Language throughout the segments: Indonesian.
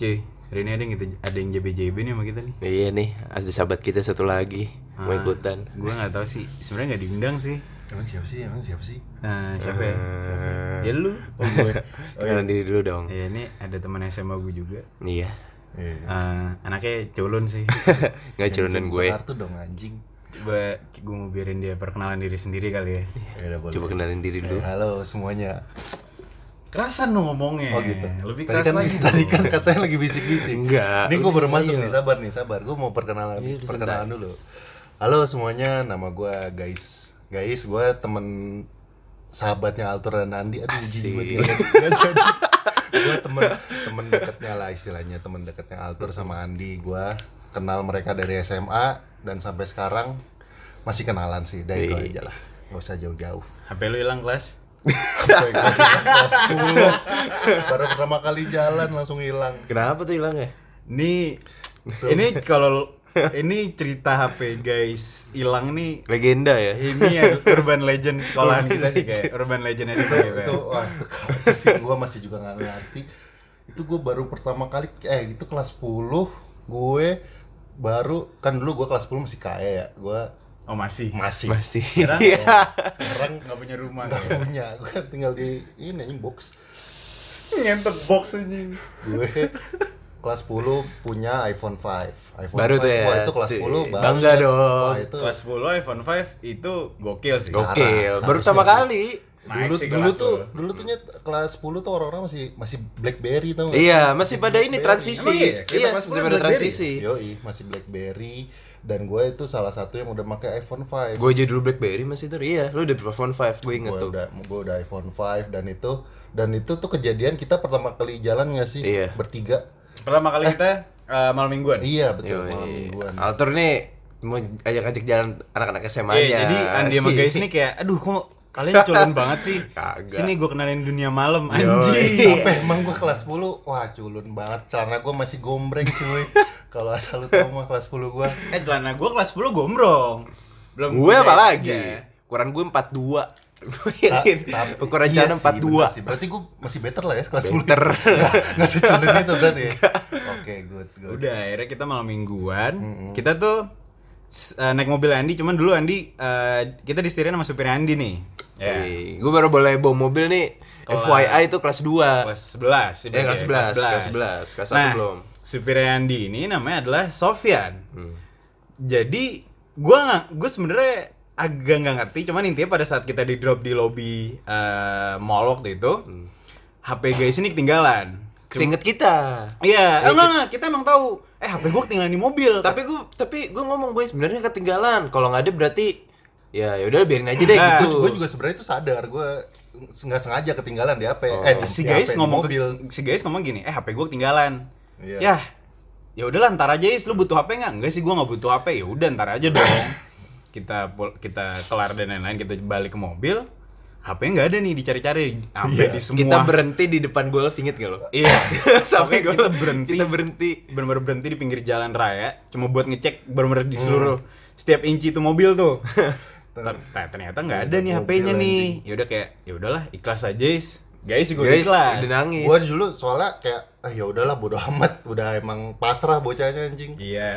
Cuy, hari ini ada yang JB-JB nih sama kita nih. Iya nih, ada sahabat kita satu lagi mau ikutan. Gue nggak tahu sih, sebenarnya nggak diundang sih. Emang siapa sih? Nah, siapa ya? Ya lu. Oh gue. Kenalan diri dulu dong. Ya ini ada teman SMA gue juga. Iya. Anaknya culun sih. Nggak curunan gue. Kartu dong anjing. Coba gue mau biarin dia perkenalan diri sendiri kali ya. Ya udah boleh. Coba kenalin diri dulu. Halo semuanya. Kerasan dong ngomongnya. Oh gitu. Lebih keras tadi kan, lagi. Tadi kan katanya lagi bisik-bisik. Enggak. Ini gue baru Udah, masuk ayo. nih, sabar. Gue mau perkenalan Iya, udah perkenalan santai. dulu. Halo semuanya, nama gue Guys, gue temen sahabatnya Altur dan Andi. Aduh, jijik banget ya. Nggak jadi. Gue temen dekatnya lah istilahnya, temen dekatnya Altur sama Andi. Gue kenal mereka dari SMA dan sampai sekarang masih kenalan sih. Udah itu aja lah, nggak usah jauh-jauh. HP lu hilang kelas? Kelas 10 baru pertama kali jalan langsung hilang. Kenapa tuh hilang ya? Ini kalau ini cerita HP guys hilang nih. Legenda ya. Ini ya urban legend sekolahan kita sih, kayak urban legend SMA gitu ya. Itu kacau sih, gue masih juga nggak ngerti. Itu gue baru pertama kali itu kelas 10 gue baru, kan dulu gue kelas 10 masih kaya ya, gue Oh masih Masih. sekarang nggak punya rumah nggak ya? punya. Gue tinggal di ini box. Nyentuh box anjing. Gue kelas 10 punya iPhone 5. Baru tuh ya. Wah, itu kelas 10 baru. Bangga kan. dong. Wah, itu Kelas 10 iPhone 5 itu gokil sih. Gokil. Parah, Baru harusnya pertama sih. kali. Naik dulu sih dulu kelas tuh lu. dulu tuh kelas 10 tuh orang-orang masih BlackBerry tau nggak? Iya, masih pada ini transisi. Emang iya? Kita Iya, kelas masih 10 pada BlackBerry? transisi. Yoi, masih BlackBerry dan gue itu salah satu yang udah pakai iPhone 5. Gue aja dulu BlackBerry masih tuh. Iya, lu udah iPhone 5, gue inget tuh. Gue udah iPhone 5 dan itu tuh kejadian kita pertama kali jalan nggak sih? Iya. Bertiga. Pertama kali kita malam mingguan. Iya betul, Yoi. malam mingguan. Altur nih mau ajak-ajak jalan anak-anak SMA Iya, aja. jadi Andi sama guys nih kayak, aduh kok kalian culun banget sih. Kagak. Sini gue kenalin dunia malam Yoi. anjing. Sampai emang gue kelas 10, wah culun banget. Celana gue masih gombreng cuy. Kalau asal lu tau mah kelas 10 gue. Celana gue kelas 10 gombrong. Belum Gue apa dijahit lagi? aja. Ukuran gue 42. Gue yakin. Ukuran iya celana sih, 42. bener sih. Berarti gue masih better lah ya kelas 10. Better. Nggak seculun itu berarti ya. Oke, good. Udah akhirnya kita malam mingguan. Kita tuh naik mobil Andi, cuman dulu Andi kita disetirin sama supir Andi nih. Ya. Gue baru boleh bawa mobil nih. FYI itu kelas 2. Kelas 11. Kelas 11. Kelas 1 Nah, belum. supir Andi ini namanya adalah Sofyan. Jadi gue sebenarnya agak nggak ngerti, cuman intinya pada saat kita di drop di lobby mall waktu itu, HP guys ini ketinggalan. Seinget kita. Iya, enggak, kita emang tahu. HP gue ketinggalan di mobil. Tapi gue ngomong boy sebenarnya ketinggalan. Kalau nggak ada berarti ya udah biarin aja deh Nah, gitu. Gue juga sebenarnya itu sadar, gue nggak sengaja ketinggalan di HP. si di guys HP, di ngomong mobil. si guys ngomong gini, HP gue ketinggalan. Iya. Ya udahlah, ntar aja Is, lu butuh HP nggak? Enggak sih, gue nggak butuh HP. Ya udah, ntar aja dong. kita kelar dan lain-lain, kita balik ke mobil. HP nggak ada nih, dicari-cari sampai Iya. di semua. Kita berhenti di depan golf, inget gak lo? Iya. Sampai Pokoknya kita berhenti. benar-benar berhenti di pinggir jalan raya, cuma buat ngecek benar-benar di seluruh setiap inci itu mobil tuh. Ternyata nggak ada nih Mobil HP-nya nih. anjing. Ya udah kayak, ya udahlah, ikhlas aja Is. Guys juga Guys, ikhlas. udah nangis. Gue dulu soalnya kayak ya udahlah bodo amat, udah emang pasrah bocahnya anjing. Iya.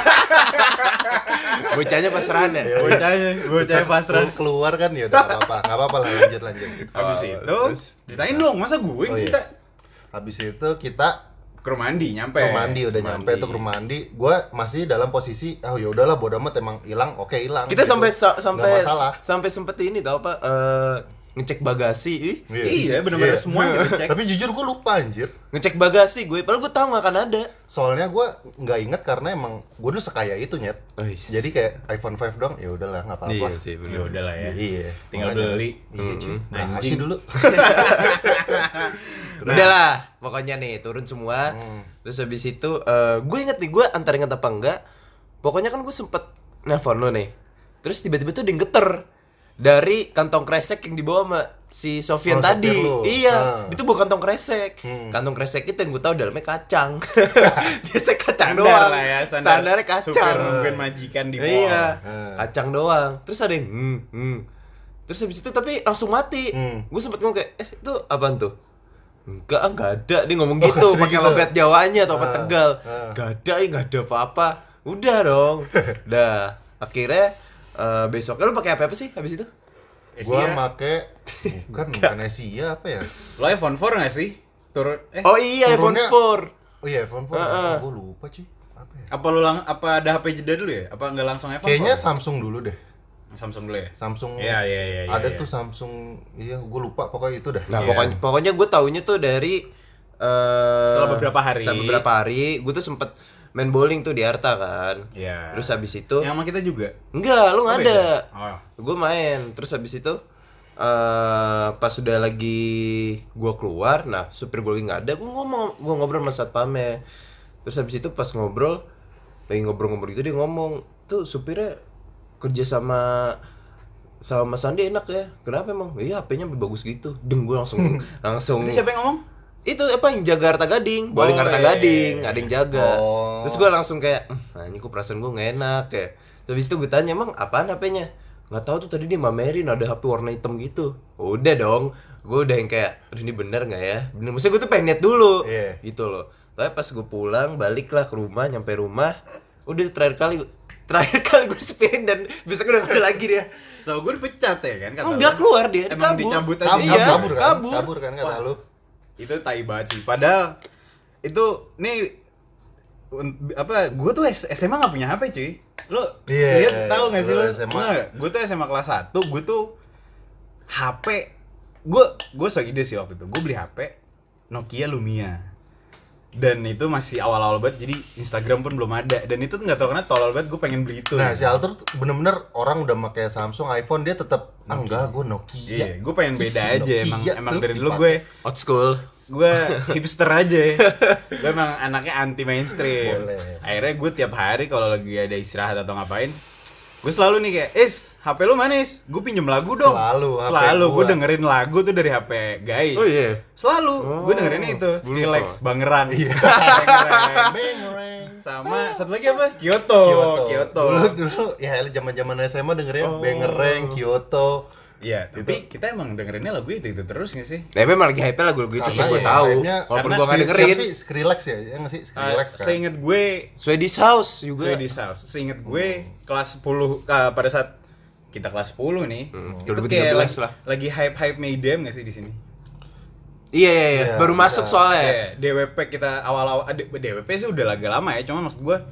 Bocahnya pasrahan ya. Bocahnya pasrah. Keluar kan ya udah nggak apa-apa lah, lanjut. Habis itu, terus? ceritain dong, masa gue yang Oh, iya. cerita? Habis itu kita Ke rumah Andi, nyampe. ke rumah Andi, udah nyampe tuh ke rumah Andi. Gue masih dalam posisi ya udahlah bodo amat, emang hilang, oke hilang. Kita gitu. sampai Nggak masalah. sampai sempet ini tau apa ngecek bagasi. Iya, benar-benar semua kita cek. Tapi jujur gue lupa anjir. Ngecek bagasi gue, padahal gue tahu nggak akan ada. Soalnya gue nggak inget karena emang gue dulu sekaya itu nyet. Jadi kayak iPhone 5 dong, ya udahlah nggak apa-apa. Iya sih Ya udahlah ya. Iya. Tinggal Makanya. beli. Iya cuy. Anjing. Anjing dulu. Udahlah, pokoknya nih turun semua. Terus habis itu gue inget nih, gue antar inget apa enggak. Pokoknya kan gue sempet nelpon lo nih. Terus tiba-tiba tuh dia geter dari kantong kresek yang dibawa sama si Sofyan Oh, tadi. sopir lu. Iya, itu bukan kantong kresek. Kantong kresek itu yang gue tahu dalamnya kacang. Biasa kacang Standar doang. lah ya, Standarnya kacang. Supir mungkin majikan di mall. Iya, kacang doang. Terus ada yang Terus habis itu tapi langsung mati. Gue sempet ngomong kayak, itu apaan tuh? Enggak ada. Dia ngomong gitu, pakai logat Jawanya atau apa Tegal. Nggak ada apa-apa. Udah dong. Dah, akhirnya besoknya lu pakai apa sih habis itu? Gua make bukan Asia apa ya? Lo iPhone 4 nggak sih? Turun Oh iya, iPhone turunnya- 4. Oh iya iPhone 4. Gua lupa cuy. Apa ya? apa ada HP jeda dulu ya? Apa nggak langsung iPhone? Kayaknya 4? Samsung dulu deh. Samsung dulu ya. Samsung. Iya. Ada tuh Samsung. Iya, gua lupa pokoknya itu dah. Nah, Iya. pokoknya gue taunya tuh dari Setelah beberapa hari, gue tuh sempet main bowling tuh di Arta kan. Iya. Terus habis itu Yang sama kita juga. enggak, lu nggak Oh, ada. beda? Oh. Gue main. Terus habis itu pas sudah lagi gue keluar, nah supir gue lagi nggak ada, gue ngobrol sama satpamnya. Terus habis itu pas lagi ngobrol gitu dia ngomong, tuh supirnya kerja sama Mas Sandi enak ya. Kenapa emang? Iya, HP-nya bagus gitu. Gue langsung Itu siapa yang ngomong? itu apa yang jaga Arta Gading, bowling Arta iya. Gading, ada yang jaga. Oh. Terus gue langsung kayak, ini kok perasaan gue gak enak ya. Terus habis itu gue tanya, emang apaan HP-nya? Nggak tahu tuh, tadi dia mamerin ada HP warna hitam gitu. Udah dong, gue udah yang kayak, aduh ini bener nggak ya? Bener, maksudnya gue tuh pengen lihat dulu, Iya. gitu loh. Tapi pas gue pulang, baliklah ke rumah, nyampe rumah, udah terakhir kali gue disepirin dan besok udah balik lagi dia. Setahu gue dipecat ya kan kata Enggak lu. keluar dia, Emang kabur. dicabut aja. Kabur, Iya, kabur kan? kabur. Kabur kan kata lu. Itu tai banget sih. Padahal itu nih apa gue tuh SMA nggak punya HP cuy. Lo Iya, lihat tahu nggak sih lu lo? SMA. Gue tuh SMA kelas 1, gue tuh HP gue so ide sih waktu itu. Gue beli HP Nokia Lumia. Dan itu masih awal-awal banget, jadi Instagram pun belum ada. Dan itu tuh nggak tahu kenapa tolol banget, gue pengen beli itu. Nah, si Alter tuh bener-bener orang udah pakai Samsung, iPhone, dia tetap enggak, gue Nokia. Iya, gue pengen beda Si aja. Nokia Emang tuh dari dulu dipakai. gue Old school. hipster aja. Gue emang anaknya anti mainstream. Boleh. Akhirnya gue tiap hari kalau lagi ada istirahat atau ngapain, gue selalu nih kayak, HP lu mana Is? Gue pinjem lagu dong. Selalu, HP Selalu gue gua. dengerin lagu tuh dari HP guys. Oh, iya? Selalu, gue dengerin itu Skrillex, Bangerang. Iya. Bangerang. Bengereng. Sama satu lagi apa? Kyoto. Dulu ya zaman-zaman SMA dengerin Bengereng, Kyoto. Iya, tapi kita emang dengerinnya lagu itu terus gak sih? Tapi emang lagi hype lagu gitu sih gue ya, tahu. hype-nya- Walaupun karena gue nggak si- dengerin. Siapa sih? Skrillex ya? Ya nggak sih? Skrillex kan? Seinget gue Swedish House juga. Swedish House. Seinget gue kelas 10 pada saat kita kelas 10 nih. Itu 2013 kayak lah. lagi hype-hype Mayhem gak sih di sini? Iya. Iya, Baru masuk bisa. soalnya. Kayak DWP kita awal-awal DWP sih udah agak lama ya, cuma maksud gue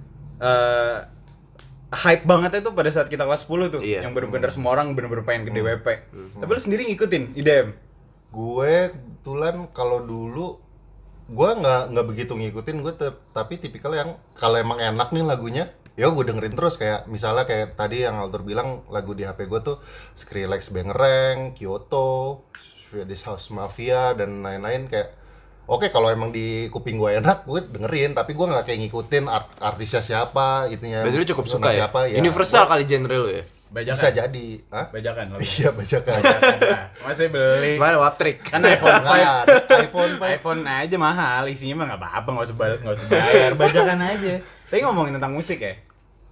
hype banget itu pada saat kita kelas 10 tuh. Iya. Yang bener-bener semua orang bener-bener pengen ke DWP. Tapi lu sendiri ngikutin IDM? Gue kebetulan kalau dulu gue nggak begitu ngikutin, gue tapi tipikal yang kalau emang enak nih lagunya ya gue dengerin terus. Kayak misalnya kayak tadi yang Altur bilang, lagu di HP gue tuh Skrillex, Bangerang, Kyoto, Swedish House Mafia dan lain-lain. Kayak oke, kalau emang di kuping gue enak gue dengerin, tapi gue nggak kayak ngikutin artisnya siapa, itunya Berarti lu cukup suka ya? siapa, Universal kali genre lu ya? Bajakan. bisa jadi. Hah? Bajakan lo. Iya, bajakan. Masih beli. Mana Waptrik? Kan iPhone 5. Nggak, iPhone 5. iPhone aja mahal, isinya mah nggak apa-apa, nggak usah bayar, bajakan aja. Tapi ngomongin tentang musik ya,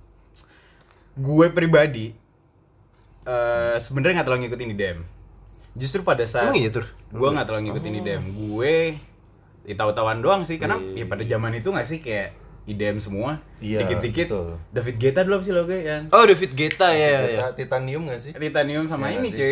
gue pribadi sebenarnya nggak terlalu ngikutin IDM. Justru pada saat Emang iya, Tur? gue nggak terlalu ngikutin IDM, gue tahu-tahuan doang sih, karena ya pada zaman itu nggak sih kayak IDM semua, Iya, dikit-dikit. betul. David Guetta dulu apa sih logo kan? Oh, David Guetta ya. Titanium nggak sih? Titanium sama Iya ini nggak cuy.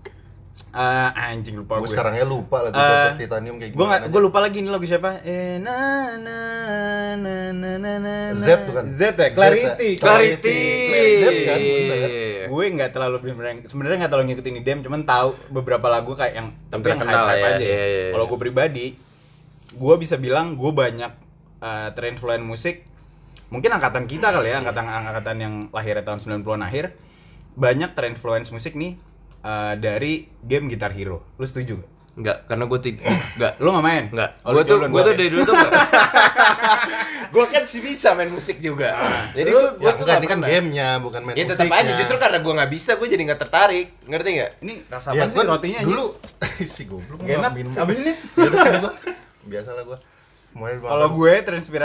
Anjing lupa Gue gue. sekarangnya lupa lagu Titanium kayak gimana. Gue lupa lagi ini lagu siapa? Na na na na na na. Z bukan? Z ya, Clarity. Z, Clarity. Z kan, bener. Gue nggak terlalu sebenarnya nggak terlalu ngikutin IDM, cuman tahu beberapa lagu kayak yang tapi yang terkenal hype-hype ya, aja. iya. Kalau gue pribadi, gue bisa bilang gue banyak terinfluen musik. Mungkin angkatan kita kali ya, angkatan yang lahirnya tahun 90-an akhir, banyak terinfluence musik nih dari game Guitar Hero. Lu setuju gak? Enggak, karena gue enggak. Lu gak main? Enggak. Oh, lu Gue culun tuh banget dari dulu tuh gue kan sih bisa main musik juga. Jadi gue Ya tuh enggak, nggak ini kan pernah. gamenya, bukan main Ya musiknya. tetap aja, justru karena gue nggak bisa, gue jadi nggak tertarik. Ngerti nggak? Ini rasa Ya, apa sih gua rotinya anjing? dulu si goblok Gak enak. minum. Abis ini Ya udah sini gua. Biasalah gua. Mulai kalau gue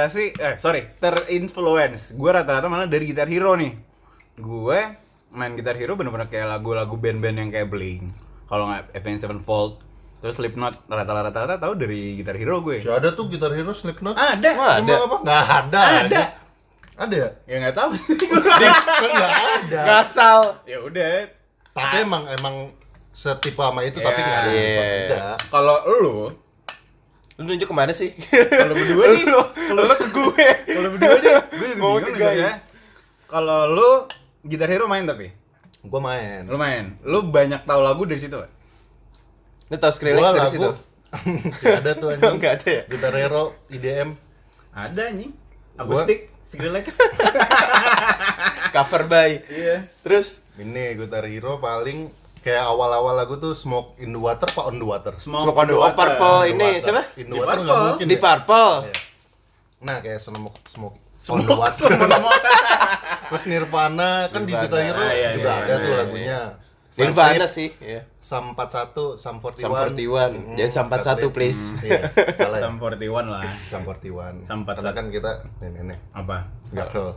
terinfluence, gue rata-rata malah dari Guitar Hero nih. Gue main Guitar Hero bener-bener kayak lagu-lagu band-band yang kayak Blink, kalau nggak Avenged Sevenfold, Terus Slipknot rata-rata tahu dari Guitar Hero gue. Ya ada tuh Guitar Hero Slipknot. Ada. Wah, ada. Emang apa? Nggak ada. Ada. Ada ya? Ya nggak tahu. Kan nggak ada. Ngasal. Ya udah. Tapi emang setipe sama itu tapi nggak ada Iya. setipe juga. Kalau lu Lu nunjuk kemana sih? kalau berdua nih, Lu ke gue. kalau berdua nih, gue juga Mau bingung ke nih, guys. ya. Kalau lu Guitar Hero main tapi, Gua main. lu main, lu banyak tahu lagu dari situ gak? Lu tau Skrillex Gua dari lagu situ? sih ada tuh anjing. Nggak ada ya? Guitar Hero, IDM. Ada nih, akustik, Skrillex. Cover by. Iya. Terus Ini Guitar Hero paling kayak awal-awal lagu tuh Smoke in the Water apa On the Water? Smoke on the Water. Purple ini siapa? In the Di Water nggak Purple. mungkin Di ya? Purple. Iya. Nah kayak Smoke on the Water. Terus Nirvana kan di Nirvana. Guitar Hero Ah, iya, juga iya, ada iya, tuh iya. lagunya. Nirvana sih, ya. Sam 41, Sam 41. Sam 41. Jangan Sam 41, please. Iya, salah ya. Sam 41 lah. Sam 41. Sam 41. Karena kan kita nenek-nenek. Apa? Gakel.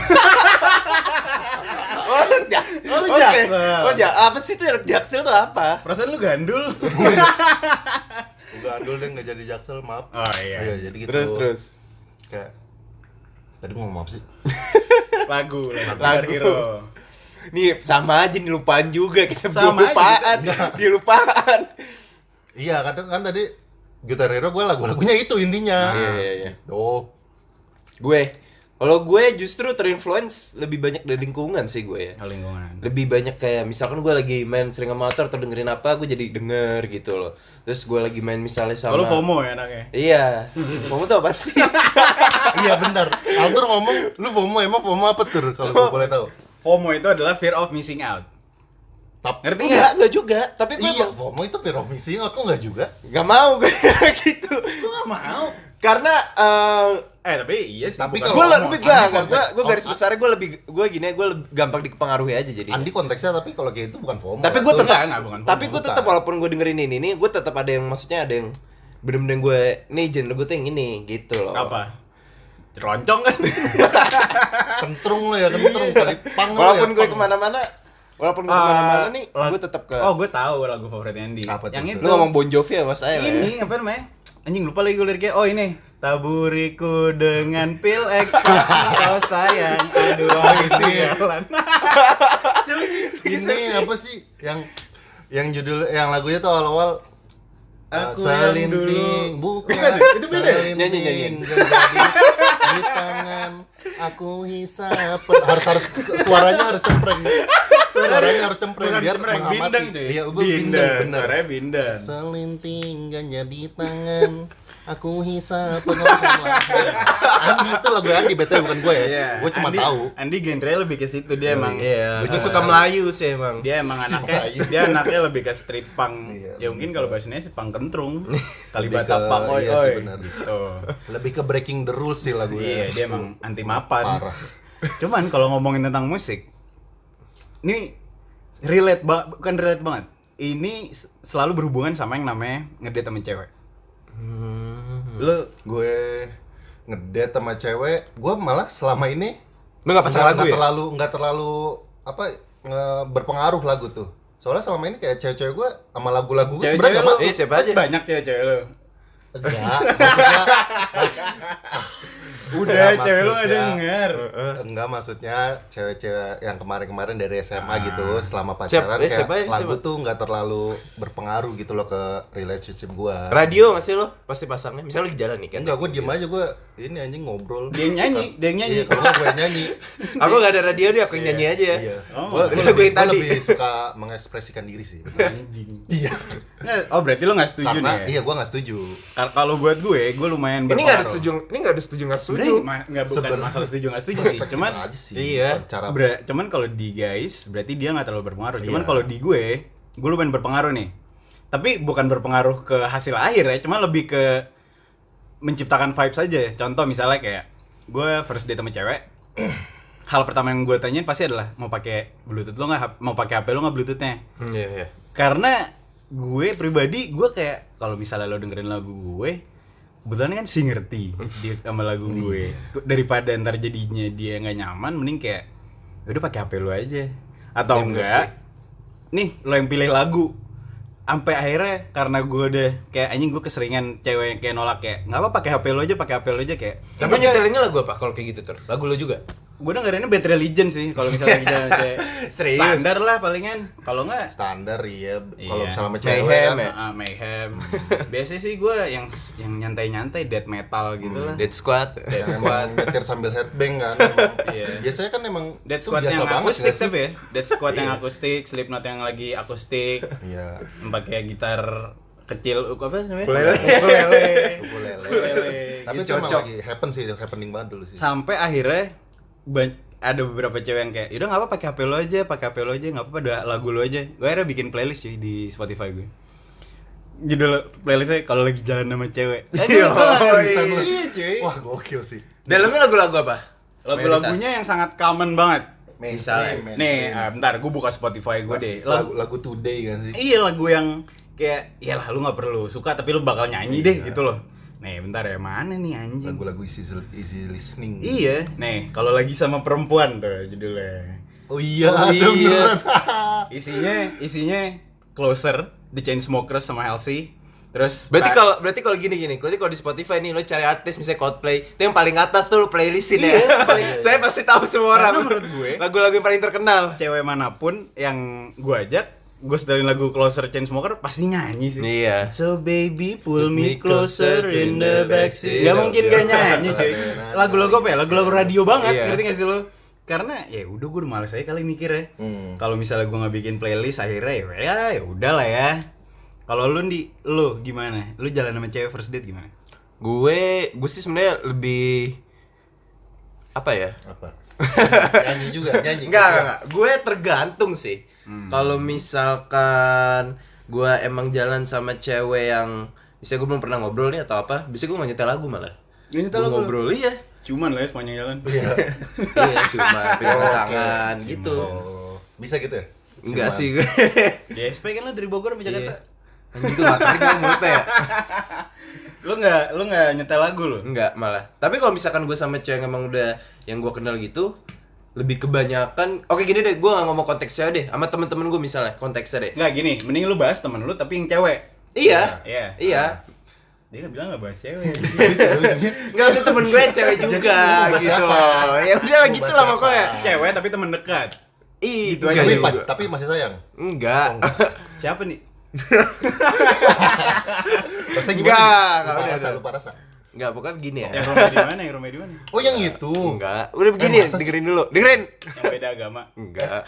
Oh, jak. Oh, lu Oke. Jaksel. Oh, apa sih itu Jaksel tuh apa? Perasaan lu gandul. Udah andul deh nggak jadi Jaksel, maaf. Oh iya. Iya, jadi gitu. Terus. Kayak tadi mau ngomong apa sih? Lagu Guitar Hero. Nih sama aja dilupaan juga kita Sama dilupaan, dilupaan. Iya, kadang kan tadi Guitar Hero gue lagu-lagunya itu intinya. Iya. Oh, Kalau gue justru terinfluence lebih banyak dari lingkungan sih gue ya. Lingkungan. Lebih banyak kayak misalkan gue lagi main sering sama motor atau dengerin apa gue jadi denger gitu loh. Terus gue lagi main misalnya sama Kalau FOMO ya anaknya. Iya. FOMO tuh apa sih? iya bentar. Altur ngomong, lu FOMO emang FOMO apa tuh kalau gue boleh tahu? FOMO itu adalah fear of missing out. Ngerti Enggak juga. Tapi gue Iya, FOMO itu fear of missing out, kok enggak juga? Gak mau gue gitu. Gue gak mau. Karena Tapi iya sih. Tapi bukan kalau FOMO. gue garis besarnya gue gini gue gampang dipengaruhi aja jadi. Andi konteksnya tapi kalau kayak itu bukan FOMO. Tapi gue Itu tetap, enggak, bukan FOMO, tapi gue tetap walaupun gue dengerin ini gue tetap ada yang maksudnya ada yang bener-bener gue nih genre gue tuh yang ini gitu loh. Apa? Roncong kan? kentrung lo ya, kentrung kali pang lo ya. Walaupun gue pang. kemana-mana nih gue tetap ke. Oh, gue tahu lagu favoritnya Andy. Apa tuh? Yang itu. Lu ngomong Bon Jovi ya mas saya lah ya. Ini apa namanya? Anjing lupa lagi gue liriknya. Oh ini. Taburiku dengan pil ekstasi. Oh sayang. Aduh, sialan. Ini apa sih yang judul yang lagunya tuh awal-awal Aku yang selinting dulu. bukan Itu beda. Nyanyi. jadi di tangan aku hisap harus suaranya harus cempreng Bukan biar cempreng, mengamati. bindeng, cuy. Iya, Bindeng, bener. suaranya bindeng. Selinting ganja di tangan aku hisap Andi itu lagu Andi betul bukan gue ya. Iya. Gue cuma Andi- tahu. Andi genre lebih ke situ dia emang. Iya. Gua Gue cuma suka tahu. Melayu sih emang. Dia emang Si anaknya Melayu. dia anaknya lebih ke street punk. Iya, Ya mungkin kalau bahasanya sih punk kentrung. Lebih Kalibata ke- punk oi iya sih, oi. benar. Gitu. Lebih ke breaking the rules sih lagunya. Iya, dia emang anti mapan. Parah. Cuman kalau ngomongin tentang musik, ini bukan relate banget. Ini selalu berhubungan sama yang namanya ngedate sama cewek. Lu Gue ngedate sama cewek, gue malah selama ini Lu nggak pasang lagu ya? nggak terlalu apa berpengaruh lagu tuh. Soalnya selama ini kayak cewek-cewek gue sama lagu-lagu gue cewek-cewek sebenarnya lu nggak masuk. siapa aja? Banyak cewek-cewek lu. Enggak, maksudnya Udah, Enggak, cewek lu maksudnya- nggak denger. enggak maksudnya cewek-cewek yang kemarin-kemarin dari SMA gitu selama Siapa- pacaran kayak siapa ya? lagu Siapa? tuh nggak terlalu berpengaruh gitu loh ke relationship gue. Radio masih lo pasti pasangnya. Misalnya lagi jalan nih kan. Enggak, gue diem aja gue ini anjing ngobrol. Dia yang nyanyi. Iya, kalau nggak gue yang nyanyi. Aku nggak ada radio nih, aku yang nyanyi aja ya. Iya. Oh, Gue ini lagu yang tadi. lebih suka mengekspresikan diri sih. Anjing. Iya. Oh, berarti lu nggak setuju Karena nih ya? iya gue nggak setuju. Kalau buat gue lumayan Ini berpengaruh. nggak ada setuju, nggak setuju. Sebenarnya nggak bukan Sebenarnya- masalah setuju nggak setuju sih. Perspektif Cuman aja sih. iya. Cara cuman kalau di guys berarti dia nggak terlalu berpengaruh. Cuman Iya. kalau di gue lumayan berpengaruh nih. Tapi bukan berpengaruh ke hasil akhir ya, cuma lebih ke menciptakan vibes aja. Contoh misalnya kayak gue first date sama cewek. Hal pertama yang gue tanyain pasti adalah mau pakai Bluetooth lo nggak, mau pakai HP lo nggak Bluetoothnya? Iya. Karena gue pribadi gue kayak kalau misalnya lo dengerin lagu gue, kebetulan kan sih ngerti dia sama lagu gue. Daripada ntar jadinya dia nggak nyaman, mending kayak udah pakai HP lo aja. Atau Ya, bener enggak, nih lo yang pilih lagu. sampai akhirnya karena gue udah kayak anjing, gue keseringan cewek yang kayak nolak kayak nggak apa pakai HP lo aja kayak. Tapi nyetelinnya lagu apa kalau kayak gitu tuh? Lagu lo juga? Gue dengerinnya Bad Religion sih kalau misalnya lagi jalan cewek. Serius? Standar lah palingan. Kalau nggak Standar iya. Kalau Iya. misalnya sama cewek Mayhem kan. ya? Mayhem. Biasanya sih gue yang nyantai-nyantai death metal gitu lah. Dead Squad. Yang emang nyetir sambil headbang kan. Iya. Biasanya kan emang Dead itu Squad biasa yang banget akustik nggak sih? tapi ya. Dead Squad yang Iya. akustik, Slipknot yang lagi akustik, Iya. yang pakai gitar kecil apa namanya? Ukulele. Ukulele. Tapi itu emang lagi happening banget dulu sih. Sampai akhirnya ada beberapa cewek yang kayak, "Yaudah enggak apa pakai HP lo aja, enggak apa-apa ada lagu lo aja." Gue akhirnya bikin playlist cuy di Spotify gue. Judul playlistnya kalau lagi jalan sama cewek. Iya, Iya cuy. Wah, gokil sih. Dalamnya lagu-lagu apa? Lagu-lagunya yang sangat common banget. Misalnya. Nih, bentar gue buka Spotify gue deh. Lagu Today kan sih. Iya, lagu yang kayak iyalah lu nggak perlu suka tapi lu bakal nyanyi deh gitu loh. Nih, bentar ya, mana nih anjing? Lagu-lagu easy listening. Iya, nih kalau lagi sama perempuan tuh judulnya. Oh iya, Oh ada iya. beneran. Isinya Closer, The Chainsmokers sama Halsey. Terus Berarti kalau gini. Berarti kalau di Spotify nih lo cari artis misalnya Coldplay, itu yang paling atas tuh lo playlistin ya. Saya pasti tahu semua orang. Karena menurut gue, lagu-lagu yang paling terkenal. cewek manapun yang gue ajak, gue setelin lagu Closer Chainsmokers pasti nyanyi sih. Iya. So baby pull me closer in the backseat. Gak mungkin gak nyanyi cuy. Lagu-lagu apa ya? Lagu-lagu radio banget, Iya. ngerti gak sih lo? Karena ya udah gue udah males aja kali mikir ya. Kalau misalnya gue nggak bikin playlist akhirnya ya udah lah ya. Kalau lu gimana? Lu jalan sama cewek first date gimana? Gue sih sebenarnya lebih apa ya? Apa? Nyanyi juga. Enggak. Gue tergantung sih. Kalau misalkan gue emang jalan sama cewek yang misalnya gue belum pernah ngobrol nih atau apa, biasanya gue nggak nyetel lagu malah. Ini Gue ngobrol iya. Cuman lah ya sepanjang jalan. Iya. Iya cuma pegangan tangan gitu. Oh, bisa gitu ya? Enggak Cuman- sih gue. Di SP kan lu dari Bogor sampai Jakarta. Anjing tuh materi gue mulutnya ya. Lu nggak nyetel lagu lu? Enggak malah. Tapi kalau misalkan gue sama cewek yang emang udah yang gue kenal gitu, lebih kebanyakan oke gini deh, gue gak ngomong konteks cewek deh, sama temen-temen gue misalnya konteksnya deh. Nggak gini, mending lu bahas temen lu tapi yang cewek. Iya. Iya. Iya. Dia nggak bilang nggak bahas cewek. Enggak usah temen gue yang cewek juga lu bahas gitu siapa? loh. Ya udah lah Lu gitu bahas lah siapa? pokoknya. Cewek tapi temen dekat. Ih, Gitu enggak aja. juga. Tapi masih sayang. Enggak. Siapa nih? Rasanya Enggak, gimana? udah, udah. Lupa rasa. Enggak, pokoknya begini ya. Yang rumah di mana? Yang rumah di mana? Oh, yang itu. Enggak. Udah begini, masa sih? dengerin dulu. Dengerin. Yang beda agama. Enggak.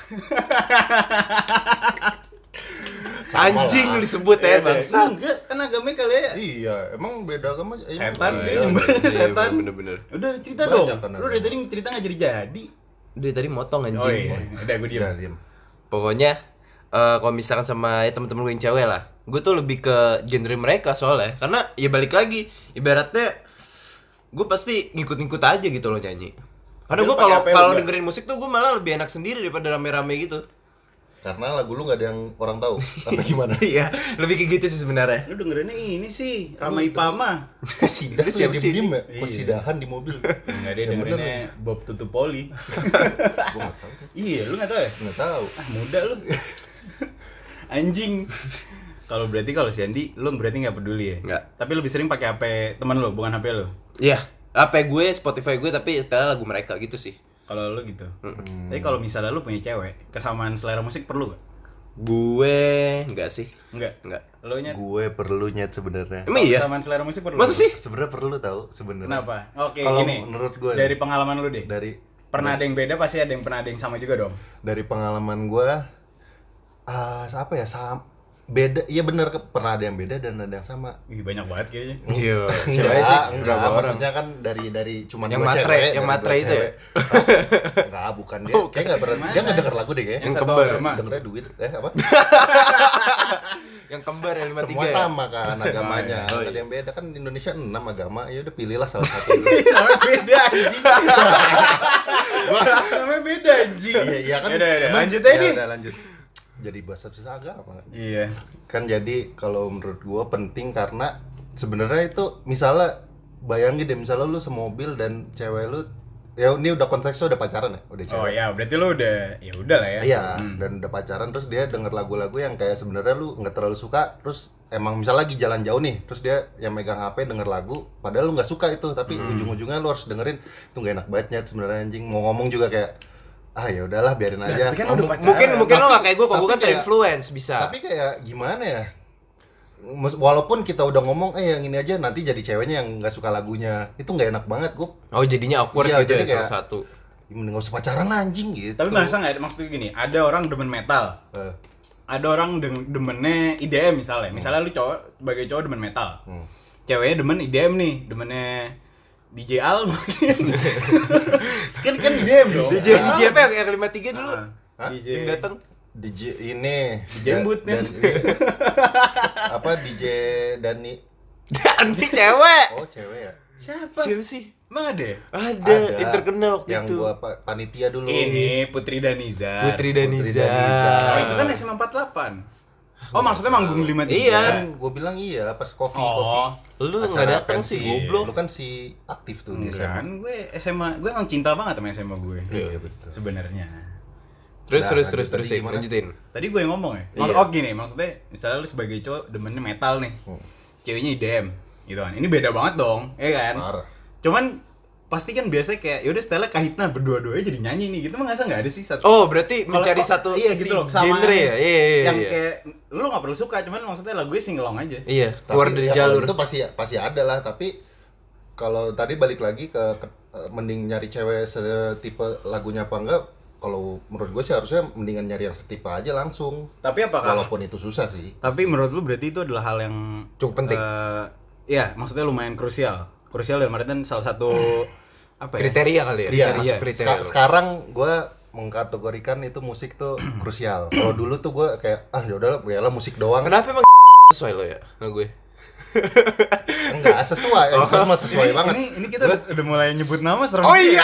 Sama Anjing lah. disebut ya, bangsa. Enggak, kan agamanya kali ya. Iya, emang beda agama. Setan, Iya, dia iya. nyembahnya setan. Bener-bener. Udah cerita Banyak dong. kan Lu dari tadi cerita nggak jadi. Dari tadi motong Oh anjing. iya, udah gue diem. Iya, diam. Pokoknya kalau misalkan sama ya, temen-temen gue yang cewek lah, gue tuh lebih ke genre mereka soalnya, karena ya balik lagi, ibaratnya gue pasti ngikut-ngikut aja gitu loh nyanyi. Karena Lu gue pakai HP lu kalau nggak? dengerin musik tuh gue malah lebih enak sendiri daripada rame-rame gitu. Karena lagu lu gak ada yang orang tahu. Apa gimana? Iya, lebih kayak gitu sih sebenarnya. Lu dengerinnya ini sih, Rama Ipama. Kosidahan Itu siapa sih? diem ya? Iya. Kosidahan di mobil. Enggak, dia Yang bener dengerinnya Bob Tutupoli. Gua gak tahu. Iya, lu nggak tahu ya? Gak tahu. Ah, muda lu. Anjing. Kalau berarti kalau si Andi, lu berarti nggak peduli ya? Nggak. Tapi lebih sering pakai HP teman lu, bukan HP lu. Iya, apa gue, Spotify gue tapi setelah lagu mereka gitu sih. Kalau lu gitu. Tapi kalau misalnya lu punya cewek, kesamaan selera musik perlu gak? Gue enggak sih. Enggak. Enggak. Lu nya Gue perlu nyet sebenarnya. Emang iya? kesamaan selera musik perlu. Masa sih? Sebenarnya perlu tahu sebenarnya. Kenapa? Oke, Kalau gini. menurut gue dari nih, pengalaman lu deh. Pernah ada yang beda pasti ada yang pernah ada yang sama juga dong. dari pengalaman gue apa ya beda, iya bener, pernah ada yang beda dan ada yang sama. Ih, banyak banget kayaknya. Iya. Enggak, Berapa orang? maksudnya kan dari cuman Yang dua matre, cewek, yang dari matre dua itu ya? cewek. Enggak, bukan dia. Kayak enggak bener, dia enggak denger lagu deh kayaknya. Yang Satu kembar. agama. Dengernya duit, apa? Yang kembar yang 53 Semua ya? sama kan agamanya. Oh, iya. Ada yang beda kan di Indonesia 6 agama, ya udah pilihlah salah satu. Namanya beda anjing. Namanya beda anjing. Iya kan. Yaudah, Emang- lanjut aja ya nih. udah, lanjut. Jadi bahasa agama. Iya. Kan jadi kalau menurut gua penting karena sebenarnya itu misalnya bayangin deh, misalnya lu semobil dan cewek lu ya ini udah konteksnya udah pacaran ya, udah cewek. Oh ya, berarti lu udah ya udah lah ya. Iya, dan udah pacaran terus dia denger lagu-lagu yang kayak sebenarnya lu nggak terlalu suka, terus emang misal lagi jalan jauh nih, terus dia yang megang HP denger lagu, padahal lu nggak suka itu, tapi ujung-ujungnya lu harus dengerin itu nggak enak banget Nyet, sebenarnya anjing. Mau ngomong juga kayak ya udahlah biarin aja. Tapi kan udah pacaran. Mungkin lo nggak kayak gue, kok tapi gue kan kayak- terinfluence bisa. Tapi kayak gimana ya? Walaupun kita udah ngomong yang ini aja, nanti jadi ceweknya yang nggak suka lagunya, itu nggak enak banget gue. Oh jadinya awkward Iya, gitu ya jadi kayak- salah satu. Mending gak usah pacaran lah, anjing gitu. Tapi masa nggak maksudnya gini, ada orang demen metal. Eh, Ada orang demennya IDM misalnya. Misalnya lu cowok sebagai cowok demen metal. Ceweknya demen IDM nih, demennya DJ Al mungkin. kan IDM dong. DJ apa yang 53 dulu? Hah? DJ Yang datang. DJ ini Jembut nih. dan ini apa DJ Dani. Dani cewek. Oh cewek ya. Siapa? Siapa sih? Emang ada ya? Ada, yang terkenal waktu yang itu. gua panitia dulu. Ini Putri Danizar. Putri Daniza. Daniza. Oh, itu kan SMA 48. Oh, maksudnya manggung 53. Iya. Kan gua bilang iya pas coffee. Oh. Lu Acara nggak datang sih, pensi. goblok. Lu kan si aktif tuh di Enggak SMA. kan gue SMA, gue emang cinta banget sama SMA gue. Iya betul. Sebenarnya. Terus Nah, terusin, gimana? lanjutin. Tadi gue yang ngomong ya. Iya. Oh gini, maksudnya misalnya lu sebagai cowok demennya metal nih. Ceweknya IDM gitu kan. Ini beda banget dong, ya kan? Parah. Cuman pasti kan biasanya kayak yaudah setelahnya Kahitna berdua-duanya jadi nyanyi nih gitu, mah nggak ada sih satu. Oh, berarti Kalau- mencari oh, satu iya si gitu loh, kesamaan genre ya? Iya. yang kayak lu nggak perlu suka, cuman maksudnya lagunya singelong aja. Iya, Tapi keluar dari ya, kalau jalur. itu pasti ada lah, tapi kalau tadi balik lagi mending nyari cewek setipe lagunya apa enggak, kalau menurut gue sih harusnya mendingan nyari yang setipe aja langsung, Tapi apakah walaupun itu susah sih. Tapi menurut lu berarti itu adalah hal yang Cukup penting. Iya, maksudnya lumayan krusial. Krusial dalam artian salah satu apa ya? Kriteria kali ya? Iya, Masuk kriteria. sekarang gue mengkategorikan itu musik tuh krusial. Kalau dulu tuh gue kayak ya udahlah musik doang. Kenapa emang sesuai lo ya sama gue? Enggak sesuai, itu mah sesuai banget. Ini kita udah mulai nyebut nama serem. Oh iya.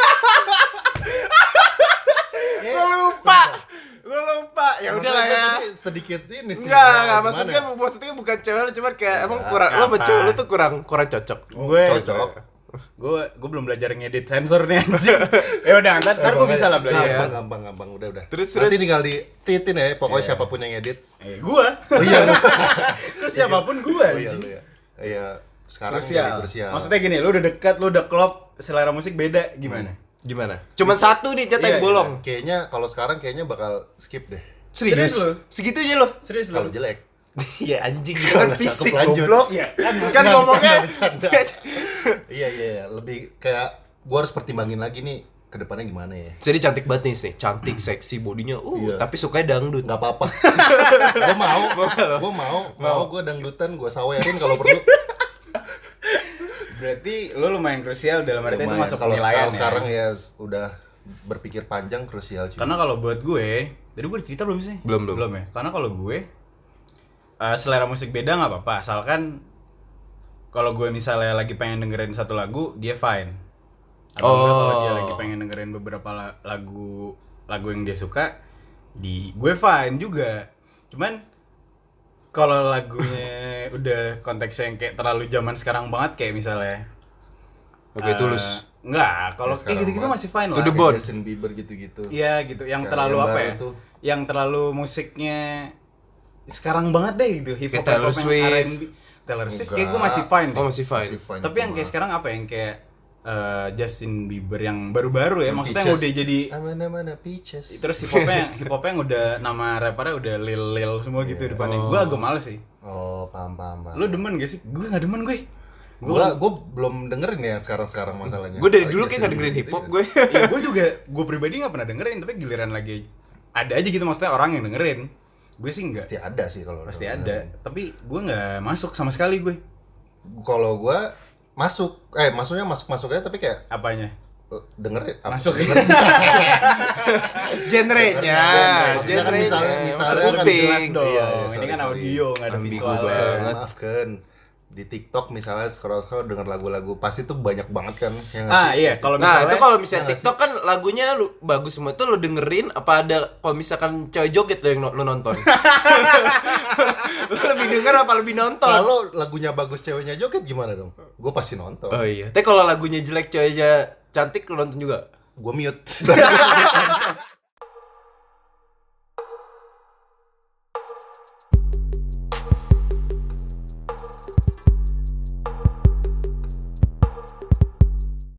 Gue lupa. Ya udah lah ya. Tadi sedikit ini sih. Enggak, gimana? maksudnya bukan cewek lu, cuman kayak emang kurang apa? lo sama cewek lu tuh kurang cocok. Gue Cocok. gue belum belajar ngedit sensor nih anjing. Ya udah, ntar gue bisa lah belajar. Gampang, udah. Terus. Nanti tinggal dititin ya, pokoknya siapapun yang edit. Gue. Oh iya, lu. Terus siapapun gue Oh iya, anjing. lu ya. Iya, sekarang Krusial. jadi krusial. Maksudnya gini, lu udah dekat, lu udah klop, selera musik beda gimana? Gimana? Cuman satu nih Iya, yang bolong. Kayaknya kalau sekarang kayaknya bakal skip deh. Serius lu? Segitu aja lo? Serius Kalau lu? jelek. Iya anjing, itu kan Udah cakep, fisik lanjut. goblok. Iya, kan Kan Nggak, ngomongnya bercanda. Iya, lebih kayak gua harus pertimbangin lagi nih ke depannya gimana ya. Jadi cantik banget nih sih, cantik, seksi, bodinya, Iya. tapi sukanya dangdut. Nggak apa-apa. Gua mau gua dangdutan, gua sawerin kalau perlu. Berarti lu lumayan krusial dalam artian itu Lumayan. masuk Kalau penilaian sekarang ya udah berpikir panjang krusial cuy. Karena kalau buat gue, tadi gue cerita belum sih? Belum. ya. Karena kalau gue selera musik beda nggak apa-apa, asalkan kalau gue misalnya lagi pengen dengerin satu lagu, dia fine. Atau enggak kalau dia lagi pengen dengerin beberapa lagu yang dia suka, gue fine juga. Cuman kalau lagunya udah konteksnya yang kayak terlalu zaman sekarang banget, kayak misalnya Oke, Tulus. Enggak, kalau Ya, kayak sekarang gitu-gitu banget. masih fine To lah. the Kayak bone. Justin Bieber gitu-gitu. Iya gitu, yang Kayak terlalu yang apa baru ya? tuh. Yang terlalu musiknya sekarang banget deh gitu, hip hop, Kayak Taylor Swift. R&B. Taylor Swift kayak gue Enggak. masih fine deh. Oh, masih fine. Masih fine Tapi yang gua. kayak sekarang apa yang kayak Justin Bieber yang baru-baru ya, maksudnya yang udah jadi Mana Peaches. terus hip hopnya yang udah nama rappernya udah Lil semua gitu depannya. Gue agak males sih. Oh, paham. Lu demen gak sih? Gue gak demen gue. Gua belum dengerin ya sekarang masalahnya. Gue dari Apalagi dulu kayak Justin gak dengerin Bieber hip hop gitu gue. Ya gue juga, gue pribadi gak pernah dengerin, tapi giliran lagi ada aja gitu maksudnya orang yang dengerin. Gue sih enggak. Pasti ada sih kalau Pasti dengerin. ada, tapi gue nggak masuk sama sekali gue. Kalau gua maksudnya masuk aja tapi kayak Apanya? dengerin Masuk. Genrenya, Maksudnya kan genrenya. misalnya Masuk kan kuping. Jelas dong. Iya, Ini kan sorry. audio, nggak ada Ambigu visual. banget. Maafkan. Di TikTok misalnya scroll denger lagu-lagu pasti tuh banyak banget kan yang Iya, kalau Nah, misalnya itu kalau misalnya Nah, TikTok kan lagunya lu bagus semua tuh lu dengerin apa ada kalau misalkan cewek joget lo yang lu nonton? Lu lebih denger apa lebih nonton? kalau lagunya bagus ceweknya joget gimana dong? Gue pasti nonton. Oh iya. Tapi kalau lagunya jelek ceweknya cantik lu nonton juga? Gua mute.